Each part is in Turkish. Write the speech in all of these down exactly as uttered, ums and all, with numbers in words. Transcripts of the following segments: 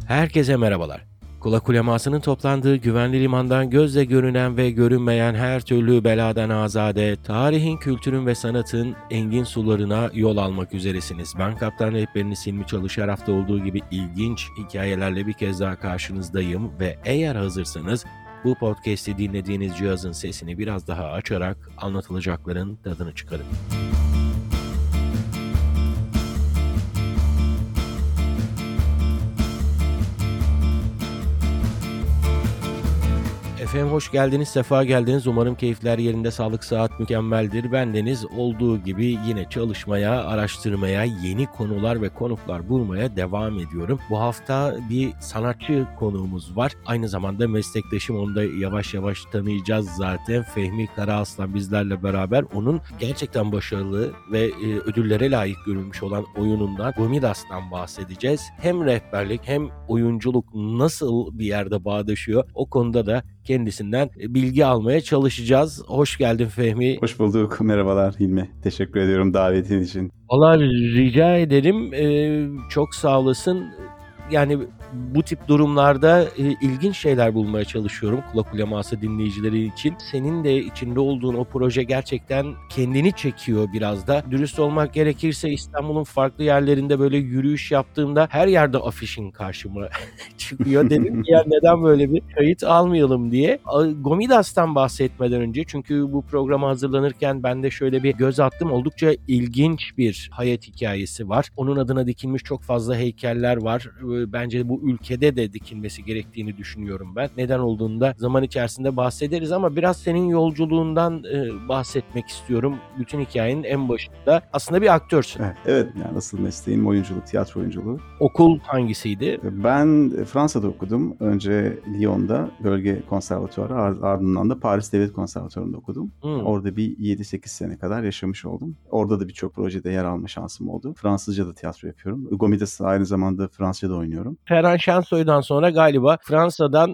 Herkese merhabalar. Kulak ulemasının toplandığı güvenli limandan gözle görünen ve görünmeyen her türlü beladan azade, tarihin, kültürün ve sanatın engin sularına yol almak üzeresiniz. Ben Kaptan Rehberiniz Hilmi Çalış, her hafta olduğu gibi ilginç hikayelerle bir kez daha karşınızdayım ve eğer hazırsanız bu podcast'i dinlediğiniz cihazın sesini biraz daha açarak anlatılacakların tadını çıkarın. Efendim hoş geldiniz, sefa geldiniz. Umarım keyifler yerinde, sağlık, sıhhat mükemmeldir. Bendeniz olduğu gibi yine çalışmaya, araştırmaya, yeni konular ve konuklar bulmaya devam ediyorum. Bu hafta bir sanatçı konuğumuz var. Aynı zamanda meslektaşım, onu da yavaş yavaş tanıyacağız zaten. Fehmi Karaaslan bizlerle beraber. Onun gerçekten başarılı ve e, ödüllere layık görülmüş olan oyunundan, Gomidas'tan bahsedeceğiz. Hem rehberlik hem oyunculuk nasıl bir yerde bağdaşıyor, o konuda da kendisinden bilgi almaya çalışacağız. Hoş geldin Fehmi. Hoş bulduk. Merhabalar Hilmi. Teşekkür ediyorum davetin için. Vallahi rica ederim. Ee, çok sağ olasın. Yani bu tip durumlarda e, ilginç şeyler bulmaya çalışıyorum kulak uleması dinleyicileri için. Senin de içinde olduğun o proje gerçekten kendini çekiyor biraz da. Dürüst olmak gerekirse İstanbul'un farklı yerlerinde böyle yürüyüş yaptığımda her yerde afişin karşıma çıkıyor. Dedim ki ya neden böyle bir kayıt almayalım diye. Gomidas'tan bahsetmeden önce, çünkü bu programa hazırlanırken ben de şöyle bir göz attım. Oldukça ilginç bir hayat hikayesi var. Onun adına dikilmiş çok fazla heykeller var. Bence bu ülkede de dikilmesi gerektiğini düşünüyorum ben. Neden olduğunu da zaman içerisinde bahsederiz ama biraz senin yolculuğundan e, bahsetmek istiyorum. Bütün hikayenin en başında aslında bir aktörsün. Evet, evet, yani asıl mesleğim oyunculuk, tiyatro oyunculuğu. Okul hangisiydi? Ben Fransa'da okudum. Önce Lyon'da bölge konservatuarı, ardından da Paris Devlet Konservatuarı'nda okudum. Hmm. Orada bir yedi sekiz sene kadar yaşamış oldum. Orada da birçok projede yer alma şansım oldu. Fransızca da tiyatro yapıyorum. Gomidas'ı aynı zamanda Fransızca da oynuyorum. Ferhan Şensoy'dan sonra galiba Fransa'dan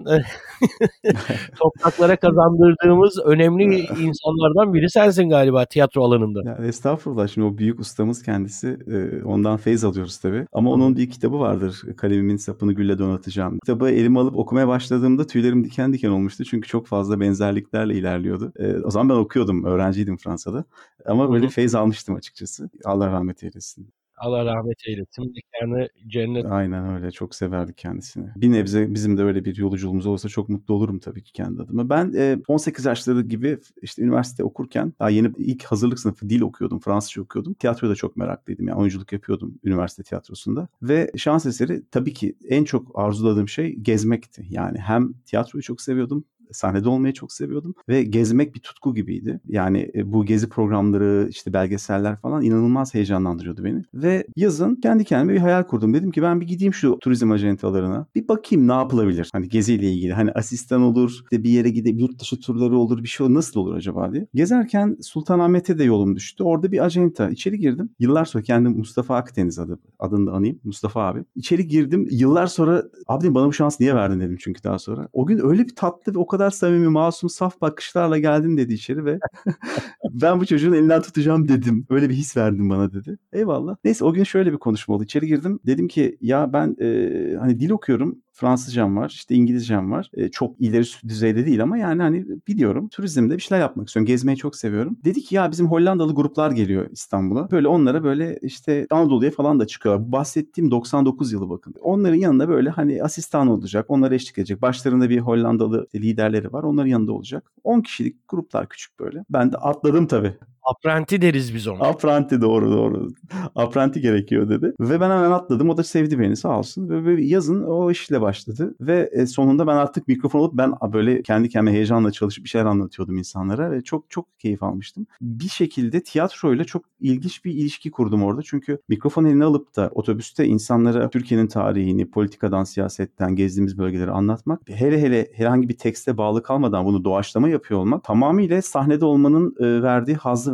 topraklara kazandırdığımız önemli insanlardan biri sensin galiba tiyatro alanında. Ya, estağfurullah, şimdi o büyük ustamız kendisi, ondan feyz alıyoruz tabii. Ama onun bir kitabı vardır, Kalemimin Sapını Gülle Donatacağım. Kitabı elime alıp okumaya başladığımda tüylerim diken diken olmuştu. Çünkü çok fazla benzerliklerle ilerliyordu. O zaman ben okuyordum, öğrenciydim Fransa'da. Ama böyle feyz almıştım açıkçası. Allah rahmet eylesin. Allah rahmet eylesin. Mekanı cennet. Aynen öyle. Çok severdik kendisini. Bir nebze bizim de öyle bir yolculuğumuz olursa çok mutlu olurum tabii ki kendi adıma. Ben on sekiz yaşları gibi işte üniversite okurken daha yeni ilk hazırlık sınıfı dil okuyordum. Fransızca okuyordum. Tiyatroya da çok meraklıydım. Yani oyunculuk yapıyordum üniversite tiyatrosunda. Ve şans eseri tabii ki en çok arzuladığım şey gezmekti. Yani hem tiyatroyu çok seviyordum, sahnede olmayı çok seviyordum ve gezmek bir tutku gibiydi. Yani bu gezi programları, işte belgeseller falan inanılmaz heyecanlandırıyordu beni. Ve yazın kendi kendime bir hayal kurdum. Dedim ki ben bir gideyim şu turizm ajantalarına. Bir bakayım ne yapılabilir? Hani geziyle ilgili. Hani asistan olur, işte bir yere gidip yurt dışı turları olur, bir şey olur. Nasıl olur acaba diye. Gezerken Sultanahmet'e de yolum düştü. Orada bir ajanta. İçeri girdim. Yıllar sonra kendim Mustafa Akdeniz adı, adını da anayım. Mustafa abi. İçeri girdim. Yıllar sonra abi bana bu şans niye verdin dedim çünkü daha sonra. O gün öyle bir tatlı ve o kadar samimi, masum, saf bakışlarla geldin dedi içeri ve ben bu çocuğun elinden tutacağım dedim. Öyle bir his verdin bana dedi. Eyvallah. Neyse o gün şöyle bir konuşma oldu. İçeri girdim. Dedim ki ya ben e, hani dil okuyorum. Fransızcam var, işte İngilizcem var. E, çok ileri düzeyde değil ama yani hani biliyorum. Turizmde bir şeyler yapmak istiyorum. Gezmeyi çok seviyorum. Dedi ki ya bizim Hollandalı gruplar geliyor İstanbul'a. Böyle onlara böyle işte Anadolu'ya falan da çıkıyorlar. Bahsettiğim doksan dokuz yılı bakın. Onların yanında böyle hani asistan olacak. Onlara eşlik edecek. Başlarında bir Hollandalı liderleri var. Onların yanında olacak. on kişilik gruplar küçük böyle. Ben de atladım tabii. Apprenti deriz biz ona. Apprenti doğru doğru. Apprenti gerekiyor dedi. Ve ben hemen atladım. O da sevdi beni sağ olsun. Ve böyle yazın o işle başladı. Ve sonunda ben artık mikrofon alıp ben böyle kendi kendime heyecanla çalışıp bir şeyler anlatıyordum insanlara. Ve çok çok keyif almıştım. Bir şekilde tiyatroyla çok ilginç bir ilişki kurdum orada. Çünkü mikrofon eline alıp da otobüste insanlara Türkiye'nin tarihini, politikadan, siyasetten, gezdiğimiz bölgeleri anlatmak, hele hele herhangi bir tekste bağlı kalmadan bunu doğaçlama yapıyor olmak tamamıyla sahnede olmanın verdiği hazzı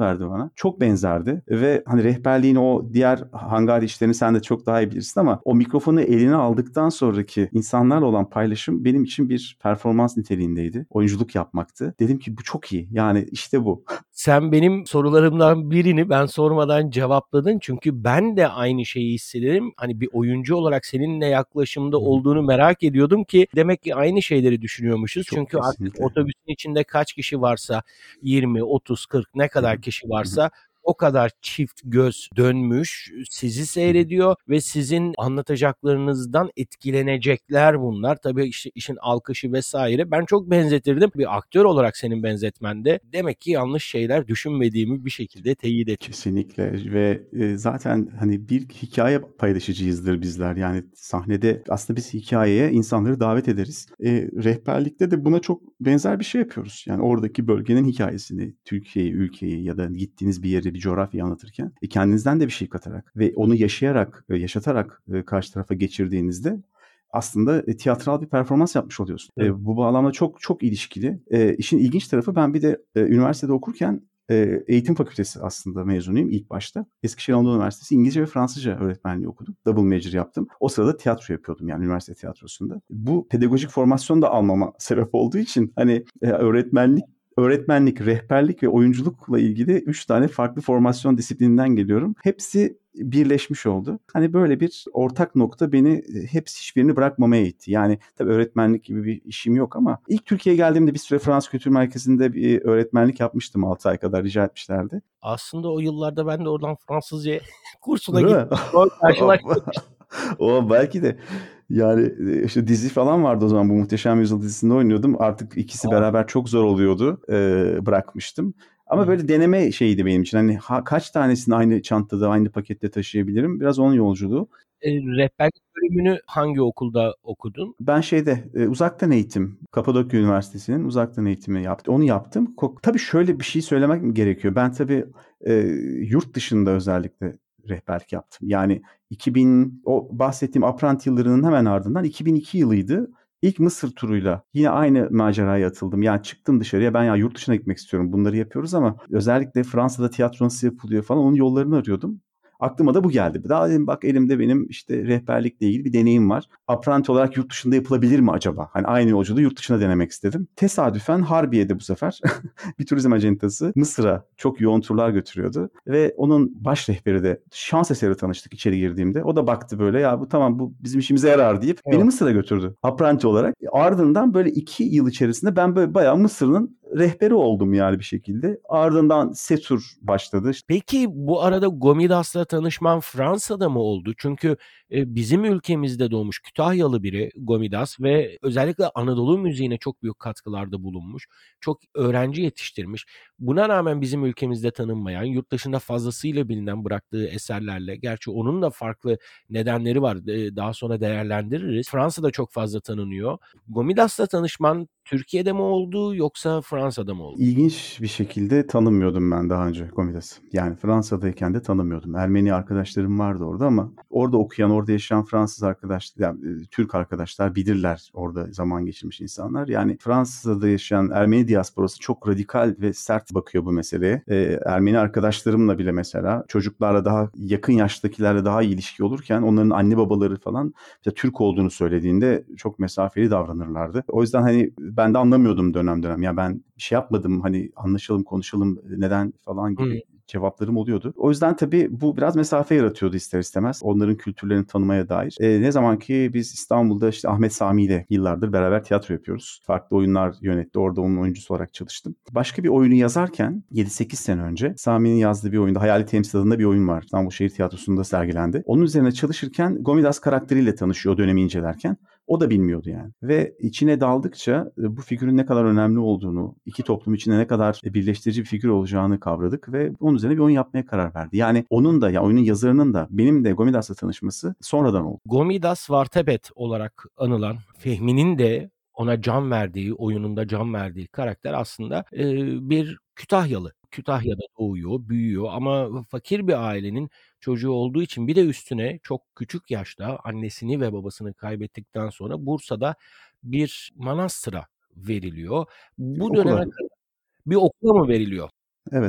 verdi bana. Çok benzerdi ve hani rehberliğin o diğer hangar işlerini sen de çok daha iyi bilirsin ama o mikrofonu eline aldıktan sonraki insanlarla olan paylaşım benim için bir performans niteliğindeydi. Oyunculuk yapmaktı. Dedim ki bu çok iyi. Yani işte bu. Sen benim sorularımdan birini ben sormadan cevapladın. Çünkü ben de aynı şeyi hissederim. Hani bir oyuncu olarak seninle yaklaşımda Hı hı. olduğunu merak ediyordum ki demek ki aynı şeyleri düşünüyormuşuz. Çok Çünkü artık kesinlikle. otobüsün içinde kaç kişi varsa yirmi, otuz, kırk ne Hı kadar hı. kişi Hı hı. varsa o kadar çift göz dönmüş, sizi Hı hı. seyrediyor ve sizin anlatacaklarınızdan etkilenecekler bunlar. Tabii işte işin alkışı vesaire. Ben çok benzetirdim. Bir aktör olarak senin benzetmende demek ki yanlış şeyler düşünmediğimi bir şekilde teyit ettim. Kesinlikle ve, eee, zaten hani bir hikâye paylaşıcıyızdır bizler. Yani sahnede aslında biz hikâyeye insanları davet ederiz. Eee, rehberlikte de buna çok benzer bir şey yapıyoruz. Yani oradaki bölgenin hikâyesini, Türkiye'yi, ülkeyi ya da gittiğiniz bir yeri, bir coğrafyayı anlatırken, e, kendinizden de bir şey katarak ve onu yaşayarak ve yaşatarak, eee, karşı tarafa geçirdiğinizde aslında, eee, tiyatral bir performans yapmış oluyorsun. Eee, Evet. bu bağlamda çok çok ilişkili. Eee, işin ilginç tarafı ben bir de, eee, üniversitede okurken, eee, eğitim fakültesi aslında mezunuyum ilk başta. Eskişehir Anadolu Üniversitesi İngilizce ve Fransızca öğretmenliği okudum. Double major yaptım. O sırada tiyatro yapıyordum yani üniversite tiyatrosunda. Bu pedagojik formasyon da almama sebep olduğu için hani, eee, öğretmenlik öğretmenlik, rehberlik ve oyunculukla ilgili üç tane farklı formasyon disiplininden geliyorum. Hepsi birleşmiş oldu. Hani böyle bir ortak nokta beni, eee, hepsi hiçbirini bırakmamaya itti. Yani tabii öğretmenlik gibi bir işim yok ama ilk Türkiye'ye geldiğimde bir süre Fransız Kültür Merkezi'nde bir öğretmenlik yapmıştım altı ay kadar, rica etmişlerdi. Aslında o yıllarda ben de oradan Fransızca kursuna Öyle mi? gittim. Sonra karşılaşmamıştık. O belki de yani, eee, işte dizi falan vardı o zaman. Bu Muhteşem Yüzyıl dizisinde oynuyordum. Artık ikisi A! beraber çok zor oluyordu. Eee, bırakmıştım. Hı Ama hı. böyle deneme şeyiydi benim için. Hani ha kaç tanesini aynı çantada, aynı pakette taşıyabilirim? Biraz onun yolculuğu. Eee, rehberlik bölümünü hangi okulda okudun? Ben şeyde, eee, uzaktan eğitim, Kapadokya Üniversitesi'nin uzaktan eğitimi yaptı onu yaptım. Ko tabii şöyle bir şey söylemek gerekiyor. Ben tabii, eee, yurt dışında özellikle rehberlik yaptım. Yani iki bin o bahsettiğim apprenti yıllarının hemen ardından iki bin iki yılıydı. İlk Mısır turuyla yine aynı maceraya atıldım. Yani çıktım dışarıya, ben ya yurt dışına gitmek istiyorum, bunları yapıyoruz ama özellikle Fransa'da tiyatro nasıl yapılıyor falan onun yollarını arıyordum. Aklıma da bu geldi. Daha dedim bak elimde benim işte rehberlikle ilgili bir deneyim var. Apprenti olarak yurt dışında yapılabilir mi acaba? Hani aynı yolculuğu yurt dışına denemek istedim. Tesadüfen Harbiye'de bu sefer bir turizm acentası Mısır'a çok yoğun turlar götürüyordu ve onun baş rehberi de şans eseri tanıştık içeri girdiğimde. O da baktı böyle ya bu tamam bu bizim işimize yarar deyip beni Evet. Mısır'a götürdü apprenti olarak. Ardından böyle iki yıl içerisinde ben böyle bayağı Mısır'ın rehberi oldum yani bir şekilde. Ardından Setur başladı. Peki bu arada Gomidas'la tanışman Fransa'da mı oldu? Çünkü, eee, bizim ülkemizde doğmuş Kütahyalı biri Gomidas ve özellikle Anadolu müziğine çok büyük katkılarda bulunmuş. Çok öğrenci yetiştirmiş. Buna rağmen bizim ülkemizde tanınmayan, yurt dışında fazlasıyla bilinen bıraktığı eserlerle, gerçi onun da farklı nedenleri var, eee, daha sonra değerlendiririz. Fransa'da çok fazla tanınıyor. Gomidas'la tanışman Türkiye'de mi oldu yoksa Fransa'da mı oldu? İlginç bir şekilde tanımıyordum ben daha önce Gomidas'ı. Yani Fransa'dayken de tanımıyordum. Ermeni arkadaşlarım vardı orada ama orada okuyan, orada yaşayan Fransız arkadaş, yani eee, Türk arkadaşlar bilirler orada zaman geçirmiş insanlar. Yani Fransa'da yaşayan Ermeni diasporası çok radikal ve sert bakıyor bu meseleye. Eee, Ermeni arkadaşlarımla bile mesela çocuklarla daha yakın yaştakilerle daha iyi ilişki olurken onların anne babaları falan işte Türk olduğunu söylediğinde çok mesafeli davranırlardı. O yüzden hani ben de anlamıyordum dönem dönem. Ya ben bir şey yapmadım hani anlaşalım konuşalım neden falan Hıı. gibi cevaplarım oluyordu. O yüzden tabii bu biraz mesafe yaratıyordu ister istemez. Onların kültürlerini tanımaya dair. Eee, ne zaman ki biz İstanbul'da işte Ahmet Sami ile yıllardır beraber tiyatro yapıyoruz. Farklı oyunlar yönetti. Orada onun oyuncusu olarak çalıştım. Başka bir oyunu yazarken yedi sekiz sene önce Sami'nin yazdığı bir oyunda Hayali Temsil adında bir oyun var. İstanbul Şehir Tiyatrosu'nda sergilendi. Onun üzerine çalışırken Gomidas karakteriyle tanışıyor o dönemi incelerken. O da bilmiyordu yani. Ve içine daldıkça e, bu figürün ne kadar önemli olduğunu, iki toplum içinde ne kadar e, birleştirici bir figür olacağını kavradık ve onun üzerine bir oyun yapmaya karar verdi. Yani onun da ya oyunun yazarının da benim de Gomidas'la tanışması sonradan oldu. Gomidas Vartepet olarak anılan, Fehmi'nin de ona can verdiği, oyununda can verdiği karakter aslında, eee, bir Kütahyalı. Kütahya'da doğuyor, büyüyor ama fakir bir ailenin çocuğu olduğu için bir de üstüne çok küçük yaşta annesini ve babasını kaybettikten sonra Bursa'da bir manastıra veriliyor. Bu döneme Okula. kadar bir okula mı veriliyor? Evet, evet.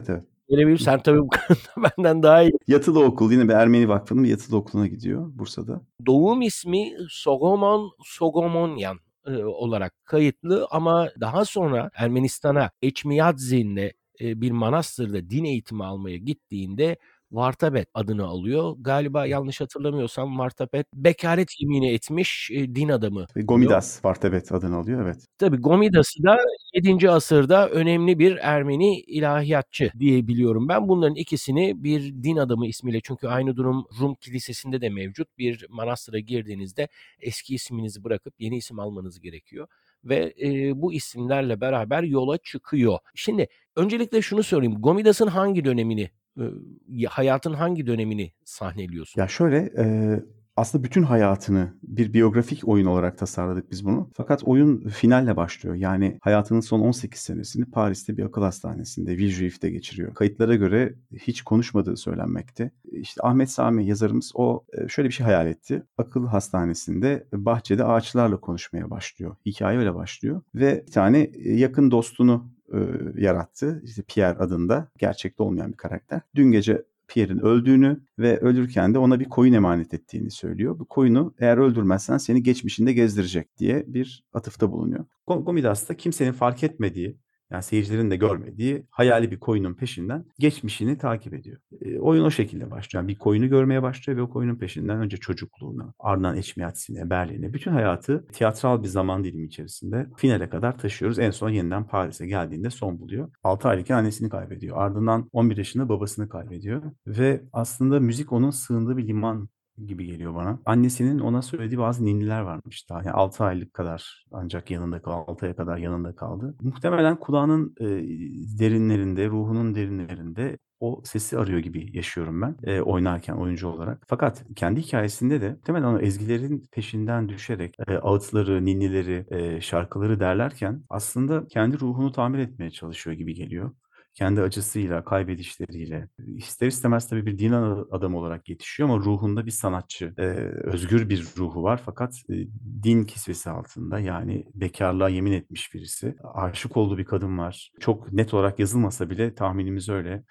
Gelebilir. Sen tabii bu konuda benden daha iyi. Yatılı okul, yine bir Ermeni vakfının bir yatılı okuluna gidiyor Bursa'da. Doğum ismi Sogomon Sogomonyan eee, olarak kayıtlı ama daha sonra Ermenistan'a Eçmiadzin'le eee, bir manastırda din eğitimi almaya gittiğinde Vartabet adını alıyor. Galiba yanlış hatırlamıyorsam Vartabet bekaret yemini etmiş eee, din adamı Ve oluyor. Gomidas Vartabet adını alıyor, evet. Tabii Gomidas'ı da yedinci asırda önemli bir Ermeni ilahiyatçı diye biliyorum ben. Bunların ikisini bir din adamı ismiyle, çünkü aynı durum Rum kilisesinde de mevcut. Bir manastıra girdiğinizde eski isminizi bırakıp yeni isim almanız gerekiyor ve eee, bu isimlerle beraber yola çıkıyor. Şimdi öncelikle şunu sorayım. Gomidas'ın hangi dönemini, ııı, hayatın hangi dönemini sahneliyorsun? Ya şöyle, eee, aslında bütün hayatını bir biyografik oyun olarak tasarladık biz bunu. Fakat oyun finalle başlıyor. Yani hayatının son on sekiz senesini Paris'te bir akıl hastanesinde, Villejuif'te geçiriyor. Kayıtlara göre hiç konuşmadığı söylenmekte. İşte Ahmet Sami yazarımız o eee, şöyle bir şey hayal etti. Akıl hastanesinde bahçede ağaçlarla konuşmaya başlıyor. Hikaye öyle başlıyor ve bir tane eee, yakın dostunu eee, yarattı. İşte Pierre adında, gerçekte olmayan bir karakter. Dün gece Pierre'in öldüğünü ve ölürken de ona bir koyun emanet ettiğini söylüyor. Bu koyunu eğer öldürmezsen seni geçmişinde gezdirecek diye bir atıfta bulunuyor. Go- Gomidas da kimsenin fark etmediği, yani seyircilerin de görmediği hayali bir koyunun peşinden geçmişini takip ediyor. E, oyun o şekilde başlıyor. Yani bir koyunu görmeye başlıyor ve o koyunun peşinden önce çocukluğuna, ardından Eçmiyadsine, Berlin'e, bütün hayatı tiyatral bir zaman dilimi içerisinde finale kadar taşıyoruz. En son yeniden Paris'e geldiğinde son buluyor. altı aylıkken annesini kaybediyor. Ardından on bir yaşında babasını kaybediyor. Ve aslında müzik onun sığındığı bir liman gibi geliyor bana. Annesinin ona söylediği bazı ninniler varmış daha. Yani altı aylık kadar ancak yanında kaldı. altı aya kadar yanında kaldı. Muhtemelen kulağının e, derinlerinde, ruhunun derinlerinde o sesi arıyor gibi yaşıyorum ben e, oynarken oyuncu olarak. Fakat kendi hikayesinde de muhtemelen o ezgilerin peşinden düşerek e, ağıtları, ninnileri, e, şarkıları derlerken aslında kendi ruhunu tamir etmeye çalışıyor gibi geliyor. Kendi acısıyla, kaybedişleriyle, ister istemez tabii bir din adamı olarak yetişiyor ama ruhunda bir sanatçı, e, özgür bir ruhu var. Fakat e, din kisvesi altında, yani bekarlığa yemin etmiş birisi. Aşık olduğu bir kadın var. Çok net olarak yazılmasa bile tahminimiz öyle.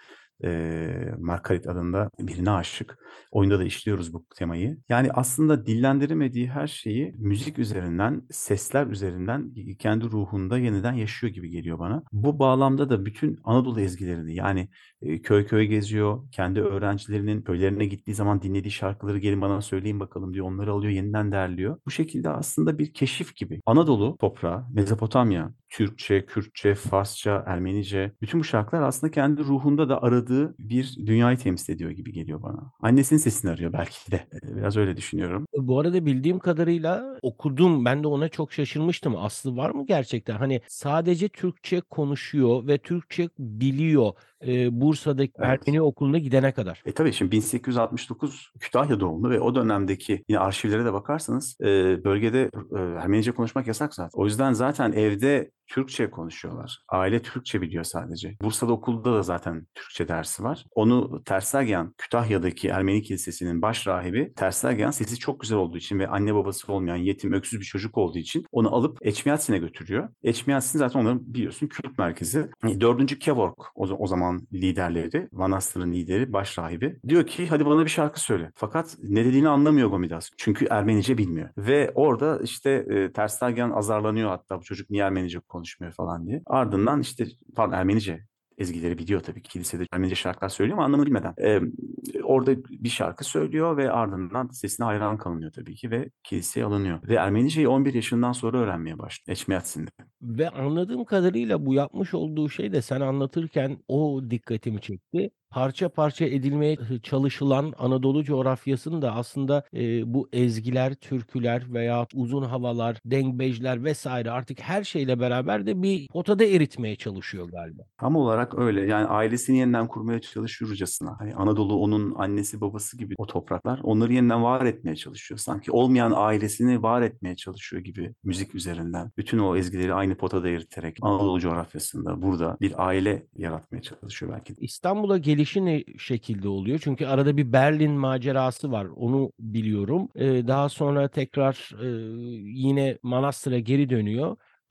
E, Margaret adında birine aşık. Oyunda da işliyoruz bu temayı. Yani aslında dillendiremediği her şeyi müzik üzerinden, sesler üzerinden kendi ruhunda yeniden yaşıyor gibi geliyor bana. Bu bağlamda da bütün Anadolu ezgilerini, yani e, köy köy geziyor, kendi öğrencilerinin köylerine gittiği zaman dinlediği şarkıları gelin bana söyleyin bakalım diyor, onları alıyor, yeniden derliyor. Bu şekilde aslında bir keşif gibi. Anadolu toprağı, Mezopotamya, Türkçe, Kürtçe, Farsça, Ermenice, bütün bu şarkılar aslında kendi ruhunda da aradığı bir dünyayı temsil ediyor gibi geliyor bana. Annesinin sesini arıyor belki de. E, Biraz öyle düşünüyorum. Bu arada bildiğim kadarıyla okudum. Ben de ona çok şaşırmıştım. Aslı var mı gerçekten? Hani sadece Türkçe konuşuyor ve Türkçe biliyor, eee, Bursa'daki Evet. Ermeni okuluna gidene kadar. E tabii şimdi bin sekiz yüz altmış dokuz Kütahya doğumlu ve o dönemdeki yine arşivlere de bakarsanız e, bölgede e, Ermenice konuşmak yasak zaten. O yüzden zaten evde Türkçe konuşuyorlar. Aile Türkçe biliyor sadece. Bursa'da okulda da zaten Türkçe dersi var. Onu Tersagen, Kütahya'daki Ermeni Kilisesi'nin baş rahibi Tersagen, sesi çok güzel olduğu için ve anne babası olmayan yetim, öksüz bir çocuk olduğu için onu alıp Eçmiadzin'e götürüyor. Eçmiadzin zaten onların biliyorsun Kürt merkezi. E, Dördüncü Kevork o, o zaman liderleri, Manastır'ın lideri, baş rahibi. Diyor ki hadi bana bir şarkı söyle. Fakat ne dediğini anlamıyor Gomidas. Çünkü Ermenice bilmiyor. Ve orada işte e, Tersagen azarlanıyor, hatta bu çocuk niye Ermenice konuşmuyor falan diye. Ardından işte pardon Ermenice ezgileri biliyor tabii ki. Kilisede Ermenice şarkılar söylüyor ama anlamını bilmeden. Ee, orada bir şarkı söylüyor ve ardından sesine hayran kalınıyor tabii ki ve kiliseye alınıyor. Ve Ermeniceyi on bir yaşından sonra öğrenmeye başlıyor. Eçmiadzin'de. Ve anladığım kadarıyla bu yapmış olduğu şey de sen anlatırken o dikkatimi çekti. Parça parça edilmeye hı çalışılan Anadolu coğrafyasını da aslında, eee, bu ezgiler, türküler veya uzun havalar, dengbejler vesaire artık her şeyle beraber de bir potada eritmeye çalışıyor galiba. Tam olarak öyle. Yani ailesini yeniden kurmaya çalışıyorcasına. Hani Anadolu onun annesi babası gibi o topraklar. Onları yeniden var etmeye çalışıyor. Sanki olmayan ailesini var etmeye çalışıyor gibi müzik üzerinden. Bütün o ezgileri aynı potada eriterek Anadolu coğrafyasında burada bir aile yaratmaya çalışıyor belki de. İstanbul'a gelişi ne şekilde oluyor? Çünkü arada bir Berlin macerası var, onu biliyorum. Eee, daha sonra tekrar, eee, yine manastıra geri dönüyor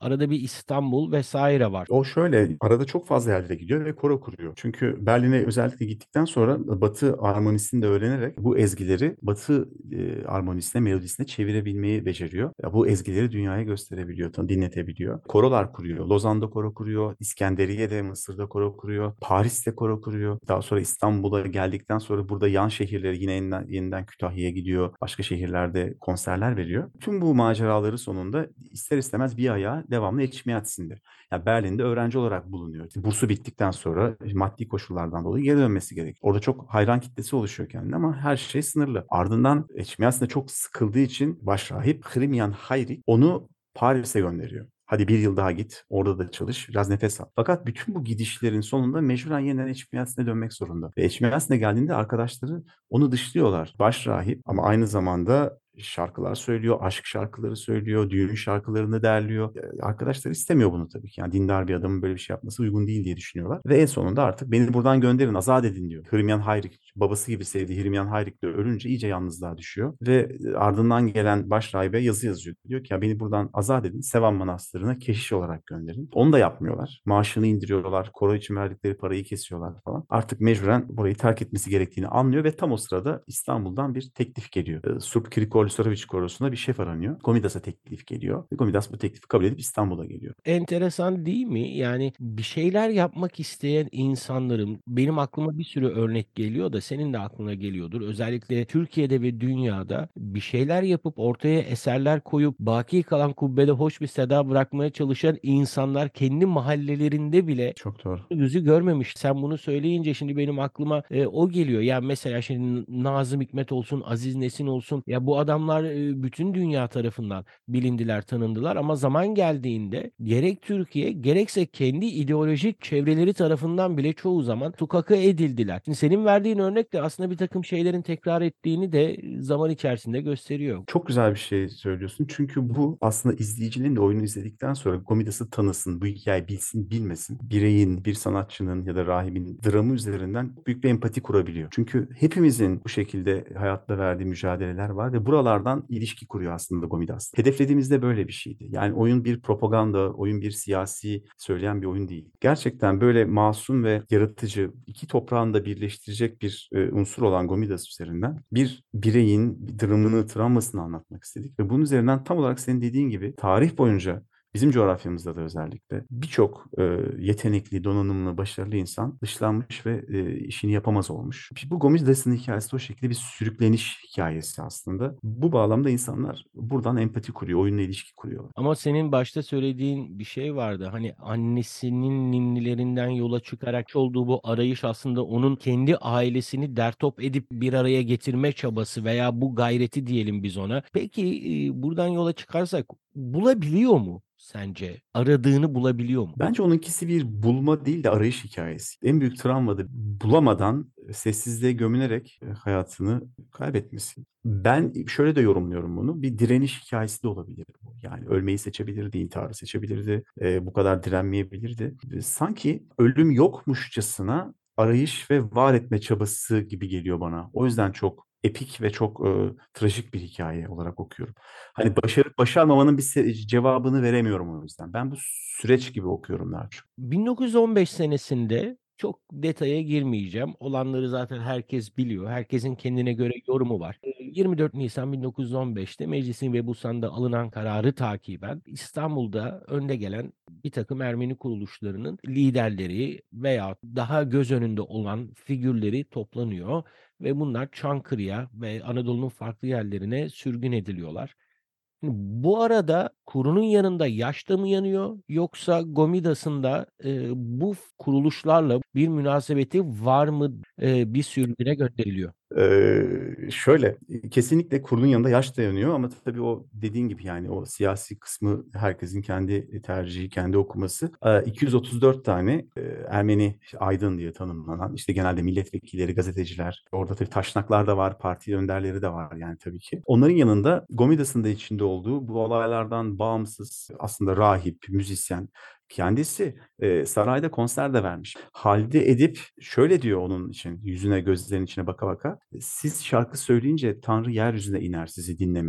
Arada bir İstanbul vesaire var. O şöyle, arada çok fazla yerlere gidiyor ve koro kuruyor. Çünkü Berlin'e özellikle gittikten sonra Batı armonisini de öğrenerek bu ezgileri Batı e, armonisine, melodisine çevirebilmeyi beceriyor. Ya bu ezgileri dünyaya gösterebiliyor, tan- dinletebiliyor. Korolar kuruyor. Lozan'da koro kuruyor. İskenderiye'de, Mısır'da koro kuruyor. Paris'te koro kuruyor. Daha sonra İstanbul'a geldikten sonra burada yan şehirleri yine yeniden, yeniden Kütahya'ya gidiyor. Başka şehirlerde konserler veriyor. Tüm bu maceraları sonunda ister istemez bir ayağı devamlı Ekşimiyatsin'de. Ya Berlin'de öğrenci olarak bulunuyor. Bursu bittikten sonra maddi koşullardan dolayı geri dönmesi gerekiyor. Orada çok hayran kitlesi oluşuyor kendine ama her şey sınırlı. Ardından Eçmiyasin'de çok sıkıldığı için başrahip Hrimyan Hayrik onu Paris'e gönderiyor. Hadi bir yıl daha git, orada da çalış, biraz nefes al. Fakat bütün bu gidişlerin sonunda mecburen yeniden Eçmiyasin'e dönmek zorunda. Ve Eçmiyasin'e geldiğinde arkadaşları onu dışlıyorlar. Başrahip ama aynı zamanda şarkılar söylüyor, aşk şarkıları söylüyor, düğün şarkılarını derliyor. E, Arkadaşlar istemiyor bunu tabii ki. Yani dindar bir adamın böyle bir şey yapması uygun değil diye düşünüyorlar. Ve en sonunda artık beni buradan gönderin, azat edin diyor. Hürriyem Hayrik, babası gibi sevdiği Hürriyem Hayrik de ölünce iyice yalnızlığa düşüyor. Ve ardından gelen başrahibe yazı yazıyor. Diyor ki ya beni buradan azat edin, Sevan Manastırı'na keşiş olarak gönderin. Onu da yapmıyorlar. Maaşını indiriyorlar, koro için verdikleri parayı kesiyorlar falan. Artık mecburen burayı terk etmesi gerektiğini anlıyor ve tam o sırada İstanbul'dan bir teklif geliyor. E, Surp Kirikol Soroviç Korosu'na bir şef aranıyor. Komidas'a teklif geliyor. Ve Komidas bu teklifi kabul edip İstanbul'a geliyor. Enteresan değil mi? Yani bir şeyler yapmak isteyen insanların benim aklıma bir sürü örnek geliyor da senin de aklına geliyordur. Özellikle Türkiye'de ve dünyada bir şeyler yapıp ortaya eserler koyup baki kalan kubbede hoş bir seda bırakmaya çalışan insanlar kendi mahallelerinde bile Çok doğru. yüzü görmemiş. Sen bunu söyleyince şimdi benim aklıma, eee, o geliyor. Ya, mesela şimdi Nazım Hikmet olsun, Aziz Nesin olsun, ya bu adamlar, eee, bütün dünya tarafından bilindiler, tanındılar ama zaman geldiğinde gerek Türkiye gerekse kendi ideolojik çevreleri tarafından bile çoğu zaman tukaka edildiler. Şimdi senin verdiğin örnek de aslında birtakım şeylerin tekrar ettiğini de zaman içerisinde gösteriyor. Çok güzel bir şey söylüyorsun. Çünkü bu aslında izleyicinin de oyunu izledikten sonra Komidas'ı tanısın, bu hikayeyi bilsin, bilmesin. Bireyin, bir sanatçının ya da rahibin dramı üzerinden büyük bir empati kurabiliyor. Çünkü hepimizin bu şekilde hayatta verdiği mücadeleler var ve buralardan ilişki kuruyor aslında Komidas. Hedeflediğimiz de böyle bir şeydi. Yani oyun bir propaganda, oyun bir siyasi söyleyen bir oyun değil. Gerçekten böyle masum ve yaratıcı, iki toprağını da birleştirecek bir e, unsur olan Gomidas üzerinden bir bireyin bir dramını, travmasını anlatmak istedik. Ve bunun üzerinden tam olarak senin dediğin gibi tarih boyunca bizim coğrafyamızda da özellikle birçok e, yetenekli, donanımlı, başarılı insan dışlanmış ve e, işini yapamaz olmuş. Bu Gomidas'ın hikayesi de o şekilde bir sürükleniş hikayesi aslında. Bu bağlamda insanlar buradan empati kuruyor, oyunla ilişki kuruyorlar. Ama senin başta söylediğin bir şey vardı. Hani annesinin ninnilerinden yola çıkarak olduğu bu arayış aslında onun kendi ailesini dertop edip bir araya getirme çabası veya bu gayreti diyelim biz ona. Peki, eee, buradan yola çıkarsak bulabiliyor mu sence? Aradığını bulabiliyor mu? Bence onunkisi bir bulma değil de arayış hikayesi. En büyük travma da bulamadan e, sessizliğe gömülerek e, hayatını kaybetmesi. Ben şöyle de yorumluyorum bunu. Bir direniş hikayesi de olabilir bu. Yani ölmeyi seçebilirdi, intiharı seçebilirdi, e, bu kadar direnmeyebilirdi. E, Sanki ölüm yokmuşçasına arayış ve var etme çabası gibi geliyor bana. O yüzden çok epik ve çok e, trajik bir hikaye olarak okuyorum. Hani başarıp başarmamanın bir se- cevabını veremiyorum o yüzden. Ben bu süreç gibi okuyorum daha çok. bin dokuz yüz on beş senesinde çok detaya girmeyeceğim. Olanları zaten herkes biliyor. Herkesin kendine göre yorumu var. Eee, yirmi dört Nisan bin dokuz yüz on beşte meclisin ve Busan'da alınan kararı takiben İstanbul'da önde gelen birtakım Ermeni kuruluşlarının liderleri veya daha göz önünde olan figürleri toplanıyor ve bunlar Çankırı'ya ve Anadolu'nun farklı yerlerine sürgün ediliyorlar. Şimdi bu arada kurunun yanında yaş da mı yanıyor yoksa Gomidas'ın da, eee, bu f kuruluşlarla bir münasebeti var mı, eee, bir sürgüne gönderiliyor? Eee, şöyle, kesinlikle kurunun yanında yaş dayanıyor ama tabii o dediğin gibi yani o siyasi kısmı herkesin kendi tercihi, kendi okuması. Eee, iki yüz otuz dört tane eee, Ermeni aydın diye tanımlanan işte genelde milletvekilleri, gazeteciler, orada tabii taşnaklar da var, parti önderleri de var yani tabii ki. Onların yanında Gomidas'ın da içinde olduğu bu olaylardan bağımsız aslında rahip, müzisyen kendisi e, sarayda konser de vermiş. Halide Edip şöyle diyor onun için yüzüne gözlerinin içine baka baka. Siz şarkı söyleyince Tanrı yeryüzüne iner sizi dinlemeye.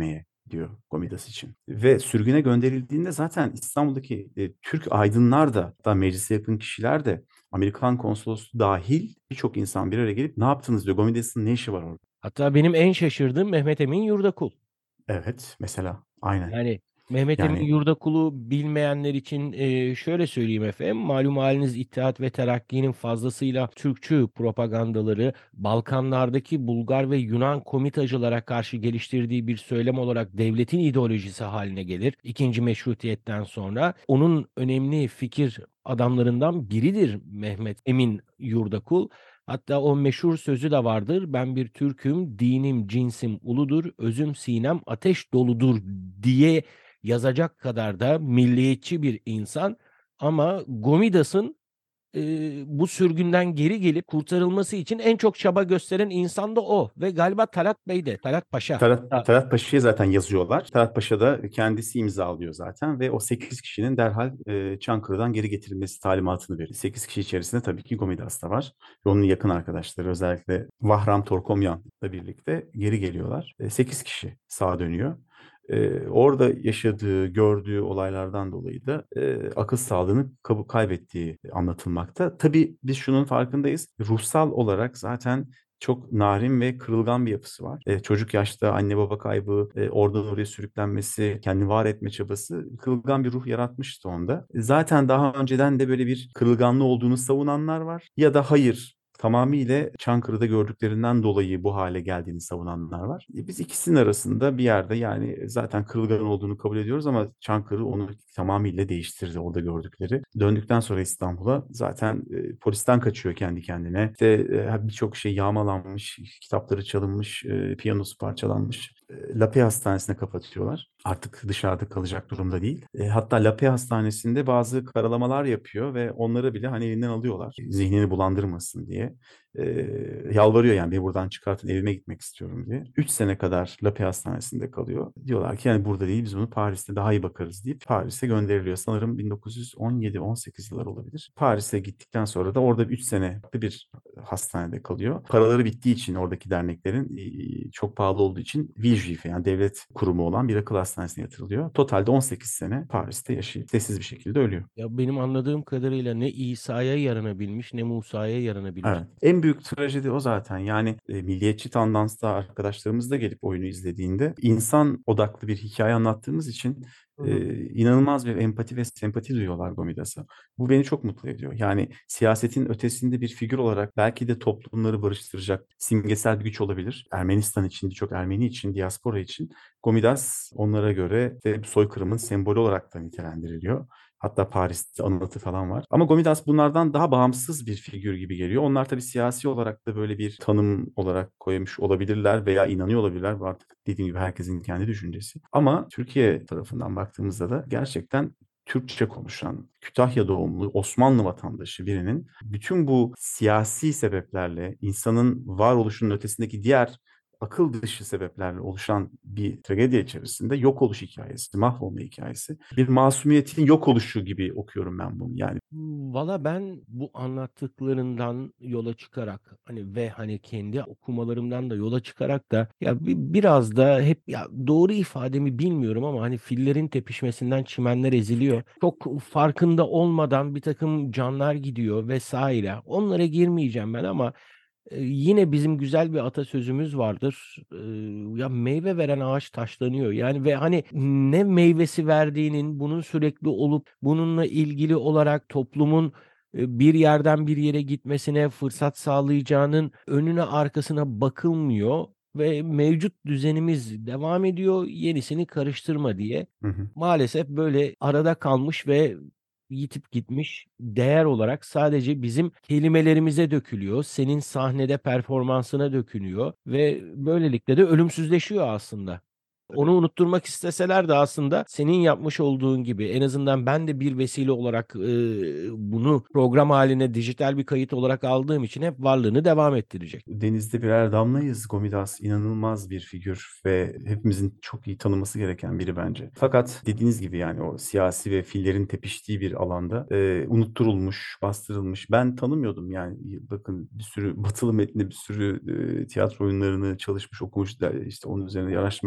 diyor Gomidas için. Ve sürgüne gönderildiğinde zaten İstanbul'daki e, Türk aydınlar da, hatta meclise yakın kişiler de, Amerikan konsolosluğu dahil birçok insan bir araya gelip ne yaptınız diyor. Gomidas'ın ne işi var orada? Hatta benim en şaşırdığım Mehmet Emin Yurdakul. Evet, mesela aynen. Yani Mehmet Emin Yani Yurdakul'u bilmeyenler için eee, şöyle söyleyeyim efendim. Malum haliniz İttihat ve Terakki'nin fazlasıyla Türkçü propagandaları Balkanlardaki Bulgar ve Yunan komitacılara karşı geliştirdiği bir söylem olarak devletin ideolojisi haline gelir. İkinci Meşrutiyet'ten sonra onun önemli fikir adamlarından biridir Mehmet Emin Yurdakul. Hatta o meşhur sözü de vardır. Ben bir Türk'üm, dinim, cinsim uludur, özüm sinem ateş doludur diye yazacak kadar da milliyetçi bir insan. Ama Gomidas'ın eee, bu sürgünden geri gelip kurtarılması için en çok çaba gösteren insan da o. Ve galiba Talat Bey de, Talat Paşa. Talat, Hatta Talat Paşa'ya zaten yazıyorlar. Talat Paşa da kendisi imzalıyor zaten ve o sekiz kişinin derhal e, Çankırı'dan geri getirilmesi talimatını veriyor. sekiz kişi içerisinde tabii ki Gomidas da var. Ve onun yakın arkadaşları, özellikle Vahram Torkomyan'la birlikte geri geliyorlar. E, sekiz kişi sağa dönüyor. E, orada yaşadığı, gördüğü olaylardan dolayı da e, akıl sağlığını kab- kaybettiği anlatılmakta. Tabii biz şunun farkındayız. Ruhsal olarak zaten çok narin ve kırılgan bir yapısı var. E, çocuk yaşta anne baba kaybı, e, oradan oraya sürüklenmesi, kendini var etme çabası kırılgan bir ruh yaratmıştı onda. E, zaten daha önceden de böyle bir kırılganlığı olduğunu savunanlar var. Ya da hayır, tamamıyla Çankırı'da gördüklerinden dolayı bu hale geldiğini savunanlar var. E, Biz ikisinin arasında bir yerde, yani zaten kırılgan olduğunu kabul ediyoruz ama Çankırı onu tamamıyla değiştirdi, orada gördükleri. Döndükten sonra İstanbul'a zaten e, polisten kaçıyor kendi kendine. İşte e, birçok şey yağmalanmış, kitapları çalınmış, e, piyanosu parçalanmış. E, Lapie Hastanesi'ne kapatıyorlar. Artık dışarıda kalacak durumda değil. E, hatta Lapie Hastanesi'nde bazı karalamalar yapıyor ve onları bile hani elinden alıyorlar. Zihnini bulandırmasın diye. E, Yalvarıyor, yani beni buradan çıkartın, evime gitmek istiyorum diye. Üç sene kadar Lapie Hastanesi'nde kalıyor. Diyorlar ki yani burada değil, biz bunu Paris'te daha iyi bakarız deyip Paris'e gönderiliyor. Sanırım bin dokuz yüz on yedi on sekiz yıllar olabilir. Paris'e gittikten sonra da orada üç sene bir hastanede kalıyor. Paraları bittiği için oradaki derneklerin, e, çok pahalı olduğu için Villejuif, yani devlet kurumu olan bir akıl hastanesine yatırılıyor. Totalde on sekiz sene Paris'te yaşayıp sessiz bir şekilde ölüyor. ya benim anladığım kadarıyla ne İsa'ya yaranabilmiş ne Musa'ya yaranabilmiş. Evet. En büyük trajedi o zaten. Yani e, milliyetçi tandansta arkadaşlarımız da gelip oyunu izlediğinde insan odaklı bir hikaye anlattığımız için Hı hı. e, inanılmaz bir empati ve sempati duyuyorlar Gomidas'a. Bu beni çok mutlu ediyor. Yani siyasetin ötesinde bir figür olarak belki de toplumları barıştıracak simgesel bir güç olabilir. Ermenistan için, birçok Ermeni için, diaspora için Gomidas onlara göre de soykırımın sembolü olarak da nitelendiriliyor. Hatta Paris'te anıtı falan var. Ama Gomidas bunlardan daha bağımsız bir figür gibi geliyor. Onlar tabii siyasi olarak da böyle bir tanım olarak koymuş olabilirler veya inanıyor olabilirler. Bu artık dediğim gibi herkesin kendi düşüncesi. Ama Türkiye tarafından baktığımızda da gerçekten Türkçe konuşan, Kütahya doğumlu, Osmanlı vatandaşı birinin bütün bu siyasi sebeplerle, insanın varoluşunun ötesindeki diğer akıl dışı sebeplerle oluşan bir tragedi içerisinde yok oluş hikayesi, mahvolma hikayesi. Bir masumiyetin yok oluşu gibi okuyorum ben bunu. Yani Valla ben bu anlattıklarından yola çıkarak hani ve hani kendi okumalarımdan da yola çıkarak da ya bi- biraz da hep ya doğru ifademi bilmiyorum ama hani fillerin tepişmesinden çimenler eziliyor. Çok farkında olmadan bir takım canlar gidiyor vesaire. Onlara girmeyeceğim ben ama Eee, yine bizim güzel bir atasözümüz vardır. Eee, ya meyve veren ağaç taşlanıyor. Yani ve hani ne meyvesi verdiğinin, bunun sürekli olup bununla ilgili olarak toplumun eee, bir yerden bir yere gitmesine fırsat sağlayacağının önüne arkasına bakılmıyor ve mevcut düzenimiz devam ediyor, yenisini karıştırma diye. hı hı. Maalesef böyle arada kalmış ve yitip gitmiş değer olarak sadece bizim kelimelerimize dökülüyor. Senin sahnede performansına dökülüyor ve böylelikle de ölümsüzleşiyor aslında. Onu unutturmak isteseler de aslında senin yapmış olduğun gibi en azından ben de bir vesile olarak, eee, bunu program hâline dijital bir kayıt olarak aldığım için hep varlığını devam ettirecek. Denizde birer damlayız. Gomidas inanılmaz bir figür ve hepimizin çok iyi tanıması gereken biri bence. Fakat dediğiniz gibi yani o siyasi ve fillerin tepiştiği bir alanda e, unutturulmuş, bastırılmış. Ben tanımıyordum yani. Bakın, bir sürü batılı metni, bir sürü e, tiyatro oyunlarını çalışmış, okumuş, da işte onun üzerine araştırma yapmış biri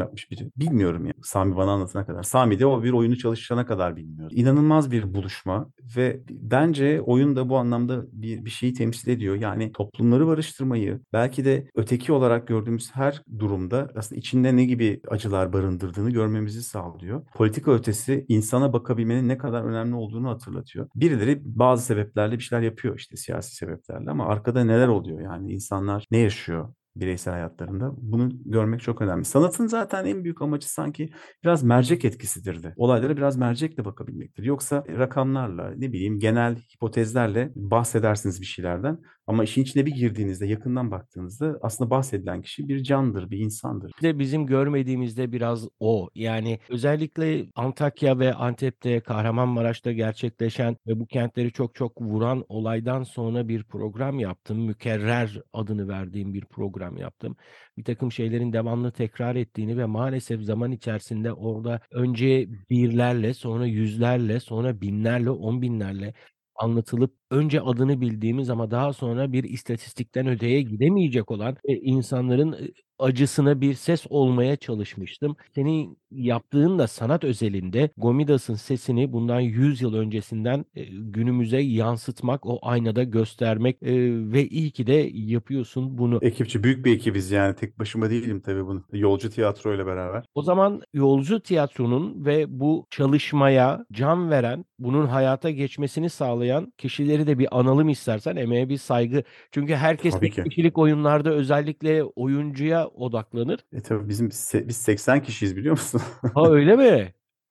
bence. Bilmiyorum ya. Sami bana anlatana kadar. Sami de o bir oyunu çalışana kadar bilmiyor. İnanılmaz bir buluşma ve bence oyun da bu anlamda bir, bir şeyi temsil ediyor. Yani toplumları barıştırmayı, belki de öteki olarak gördüğümüz her durumda aslında içinde ne gibi acılar barındırdığını görmemizi sağlıyor. Politika ötesi insana bakabilmenin ne kadar önemli olduğunu hatırlatıyor. Birileri bazı sebeplerle bir şeyler yapıyor, işte siyasi sebeplerle, ama arkada neler oluyor, yani insanlar ne yaşıyor bireysel hayatlarında, bunu görmek çok önemli. Sanatın zaten en büyük amacı sanki biraz mercek etkisidir de. Olaylara biraz mercekle bakabilmektir. Yoksa rakamlarla, ne bileyim, genel hipotezlerle bahsedersiniz bir şeylerden. Ama işin içine bir girdiğinizde, yakından baktığınızda aslında bahsedilen kişi bir candır, bir insandır. Bir de bizim görmediğimizde biraz o. Yani özellikle Antakya ve Antep'te, Kahramanmaraş'ta gerçekleşen ve bu kentleri çok çok vuran olaydan sonra bir program yaptım. Mükerrer adını verdiğim bir program yaptım. Birtakım şeylerin devamlı tekrar ettiğini ve maalesef zaman içerisinde orada önce birlerle, sonra yüzlerle, sonra binlerle, on binlerle anlatılıp önce adını bildiğimiz ama daha sonra bir istatistikten öteye gidemeyecek olan, eee, insanların, ııı, acısına bir ses olmaya çalışmıştım. Senin yaptığın da sanat özelinde Gomidas'ın sesini bundan yüz yıl öncesinden, eee, günümüze yansıtmak, o aynada göstermek, eee, ve iyi ki de yapıyorsun bunu. Ekipçi, büyük bir ekibiz yani. Tek başıma değilim tabii bunu. Yolcu Tiyatro ile beraber. O zaman Yolcu Tiyatro'nun ve bu çalışmaya can veren, bunun hayata geçmesini sağlayan kişileri de bir analım istersen, emeğe bir saygı. Çünkü herkes Tabii tek ki. kişilik oyunlarda özellikle oyuncuya odaklanır. E tabii bizim se biz seksen kişiyiz, biliyor musun? Ha, öyle mi?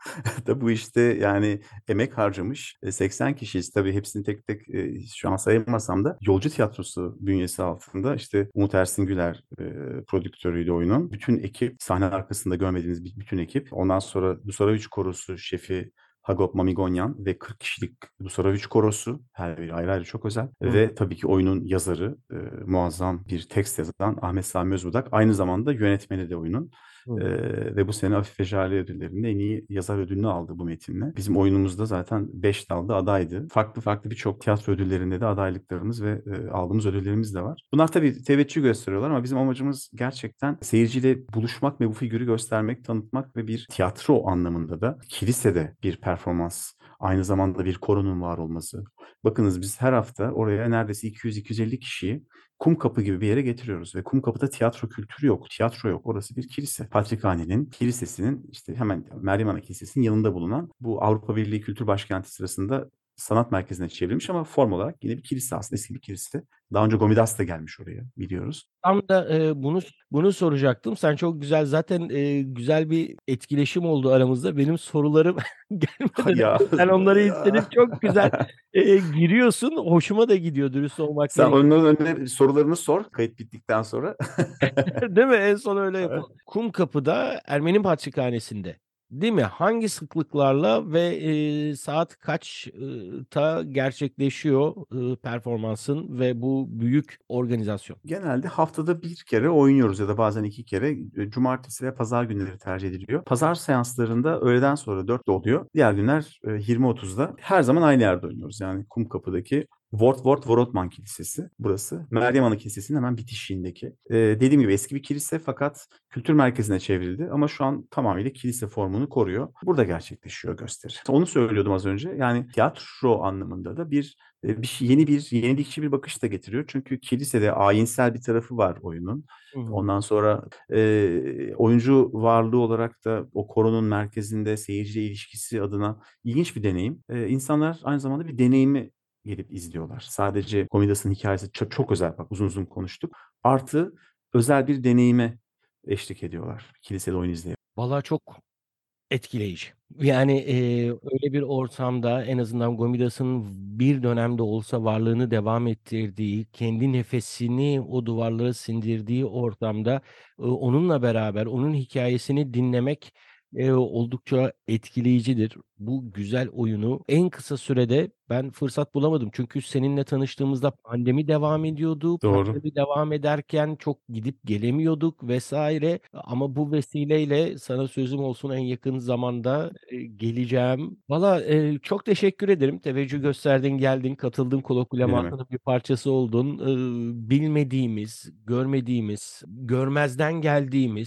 Da bu işte yani emek harcamış, eee, seksen kişiyiz. Tabii hepsini tek tek, eee, şu an sayamasam da Yolcu Tiyatrosu bünyesi altında, işte, Umut Ersin Güler, eee, prodüktörüydü oyunun. Bütün ekip, sahne arkasında görmediğiniz bir bütün ekip. Ondan sonra Dusaroviç Korosu şefi Hagop Mamigonyan ve kırk kişilik Dusaroviç Korosu, her biri ayrı ayrı çok özel, Hı. ve tabii ki oyunun yazarı, eee, muazzam bir tekst yazan Ahmet Sami Özbudak. Aynı zamanda yönetmeni de oyunun. Hı. Eee, ve bu sene Afife Jale ödüllerinde en iyi yazar ödülünü aldı bu metinle. Bizim oyunumuz da zaten beş dalda adaydı. Farklı farklı birçok tiyatro ödüllerinde de adaylıklarımız ve eee, aldığımız ödüllerimiz de var. Bunlar tabii teveccüh gösteriyorlar ama bizim amacımız gerçekten seyirciyle buluşmak ve bu figürü göstermek, tanıtmak ve bir tiyatro anlamında da kilisede bir performans, aynı zamanda bir koronun var olması. Bakınız, biz her hafta oraya neredeyse iki yüz iki yüz elli kişiyi Kumkapı gibi bir yere getiriyoruz ve Kumkapı'da tiyatro kültürü yok, tiyatro yok. Orası bir kilise. Patrikhanenin kilisesinin, işte hemen Meryem Ana Kilisesi'nin yanında bulunan, bu Avrupa Birliği Kültür Başkenti sırasında sanat merkezine çevrilmiş ama form olarak yine bir kilise, aslında eski bir kilise. Daha önce Gomidas da gelmiş oraya, biliyoruz. Tam da, eee, bunu bunu soracaktım. Sen çok güzel zaten, eee, güzel bir etkileşim oldu aramızda. Benim sorularım gelmeden Ya, önce sen onları istedin. Çok güzel, eee, giriyorsun. Hoşuma da gidiyor dürüst olmak sen gerek. onların önüne sorularını sor kayıt bittikten sonra. Değil mi? En son öyle yapalım. Kumkapı'da Ermeni Patrikhanesi'nde, değil mi? Hangi sıklıklarla ve, eee, saat kaç ta gerçekleşiyor, ııı, performansın ve bu büyük organizasyon? Genelde haftada bir kere oynuyoruz ya da bazen iki kere. Eee, cumartesi ve pazar günleri tercih ediliyor. Pazar seanslarında öğleden sonra dörtte oluyor. Diğer günler, eee, yirmi otuzda. Her zaman aynı yerde oynuyoruz. Yani Kumkapı'daki Wortwort Worotman Kilisesi burası. Meryem Ana Kilisesi'nin hemen bitişiğindeki. Eee, dediğim gibi eski bir kilise fakat kültür merkezine çevrildi ama şu an tamamıyla kilise formunu koruyor. Burada gerçekleşiyor gösteri. Onu söylüyordum az önce. Yani tiyatro anlamında da bir, eee, bir şey, yeni bir yenilikçi bir bakış da getiriyor. Çünkü kilisede ayinsel bir tarafı var oyunun. Hı hı. Ondan sonra, eee, oyuncu varlığı olarak da o koronun merkezinde seyirciyle ilişkisi adına ilginç bir deneyim. Eee, insanlar aynı zamanda bir deneyimi gelip izliyorlar. Sadece Komidas'ın hikâyesi ço çok özel, bak uzun uzun konuştuk. Artı özel bir deneyime eşlik ediyorlar kilisede oyun izleyerek. Vallahi çok etkileyici. Yani, eee, öyle bir ortamda en azından Gomidas'ın bir dönem de olsa varlığını devam ettirdiği, kendi nefesini o duvarlara sindirdiği ortamda, ııı, onunla beraber onun hikâyesini dinlemek, eee, oldukça etkileyicidir. Bu güzel oyunu en kısa sürede ben fırsat bulamadım. Çünkü seninle tanıştığımızda pandemi devam ediyordu. Doğru. Pandemi devam ederken çok gidip gelemiyorduk vesaire. Ama bu vesileyle sana sözüm olsun en yakın zamanda, eee, geleceğim. Valla, eee, çok teşekkür ederim. Teveccüh gösterdin, geldin, katıldın, Ne demek. Kulakuleması'nın bir parçası oldun. Iıı, bilmediğimiz, görmediğimiz, görmezden geldiğimiz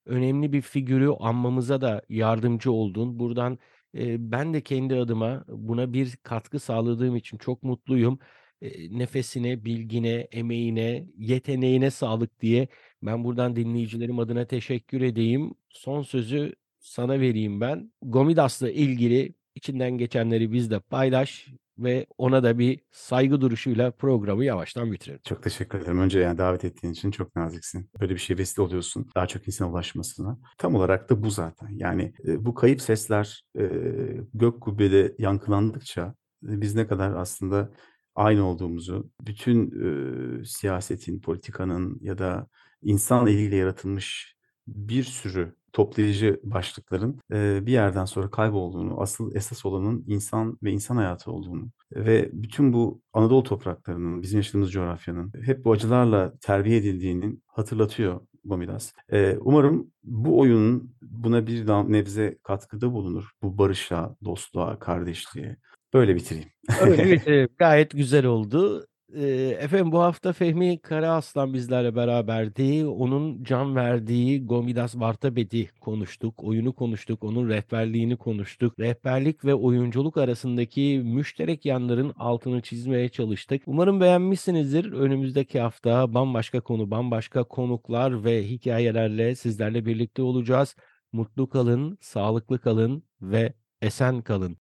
önemli bir figürü anmamıza da yardımcı oldun. Buradan, eee, ben de kendi adıma buna bir katkı sağladığım için çok mutluyum. Eee, nefesine, bilgine, emeğine, yeteneğine sağlık diye ben buradan dinleyicilerim adına teşekkür edeyim. Son sözü sana vereyim ben. Gomidas'la ilgili içinden geçenleri bizle paylaş ve ona da bir saygı duruşuyla programı yavaştan bitirelim. Çok teşekkür ederim. Önce yani davet ettiğin için çok naziksin. Böyle bir şeye vesile oluyorsun daha çok insana ulaşmasına. Tam olarak da bu zaten. Yani, eee, bu kayıp sesler, eee, gök kubbede yankılandıkça, eee, biz ne kadar aslında aynı olduğumuzu, bütün, eee, siyasetin, politikanın ya da insan eliyle yaratılmış bir sürü toplayıcı başlıkların, eee, bir yerden sonra kaybolduğunu, asıl esas olanın insan ve insan hayatı olduğunu ve bütün bu Anadolu topraklarının, bizim yaşadığımız coğrafyanın hep bu acılarla terbiye edildiğini hatırlatıyor Gomidas. Eee, umarım bu oyunun buna bir da nebze katkıda bulunur. Bu barışa, dostluğa, kardeşliğe. Böyle bitireyim. Öyle bitirelim. Gayet güzel oldu. Eee, efendim bu hafta Fehmi Karaaslan bizlerle beraberdi. Onun can verdiği Gomidas Vartabed'i konuştuk. Oyunu konuştuk. Onun rehberliğini konuştuk. Rehberlik ve oyunculuk arasındaki müşterek yanların altını çizmeye çalıştık. Umarım beğenmişsinizdir. Önümüzdeki hafta bambaşka konu, bambaşka konuklar ve hikayelerle sizlerle birlikte olacağız. Mutlu kalın, sağlıklı kalın ve esen kalın.